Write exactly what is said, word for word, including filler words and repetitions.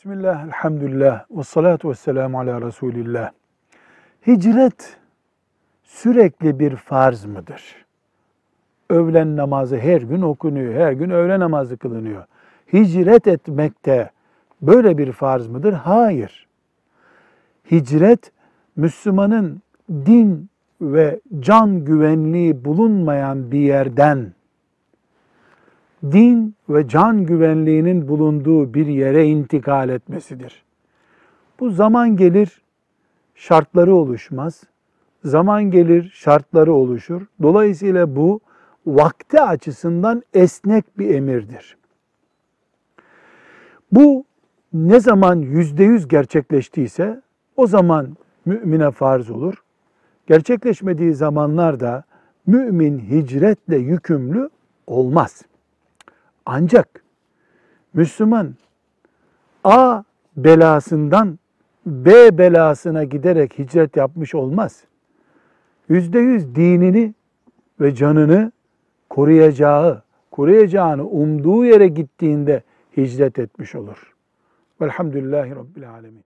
Bismillah, elhamdülillah, ve salatu ve selamu ala Resulillah. Hicret sürekli bir farz mıdır? Öğlen namazı her gün okunuyor, her gün öğle namazı kılınıyor. Hicret etmekte böyle bir farz mıdır? Hayır. Hicret, Müslümanın din ve can güvenliği bulunmayan bir yerden, din ve can güvenliğinin bulunduğu bir yere intikal etmesidir. Bu zaman gelir, şartları oluşmaz. Zaman gelir, şartları oluşur. Dolayısıyla bu vakti açısından esnek bir emirdir. Bu ne zaman yüzde yüz gerçekleştiyse o zaman mümine farz olur. Gerçekleşmediği zamanlarda mümin hicretle yükümlü olmaz. Ancak Müslüman A belasından B belasına giderek hicret yapmış olmaz. Yüzde yüz dinini ve canını koruyacağı, koruyacağını umduğu yere gittiğinde hicret etmiş olur. Velhamdülillahi Rabbil Alemin.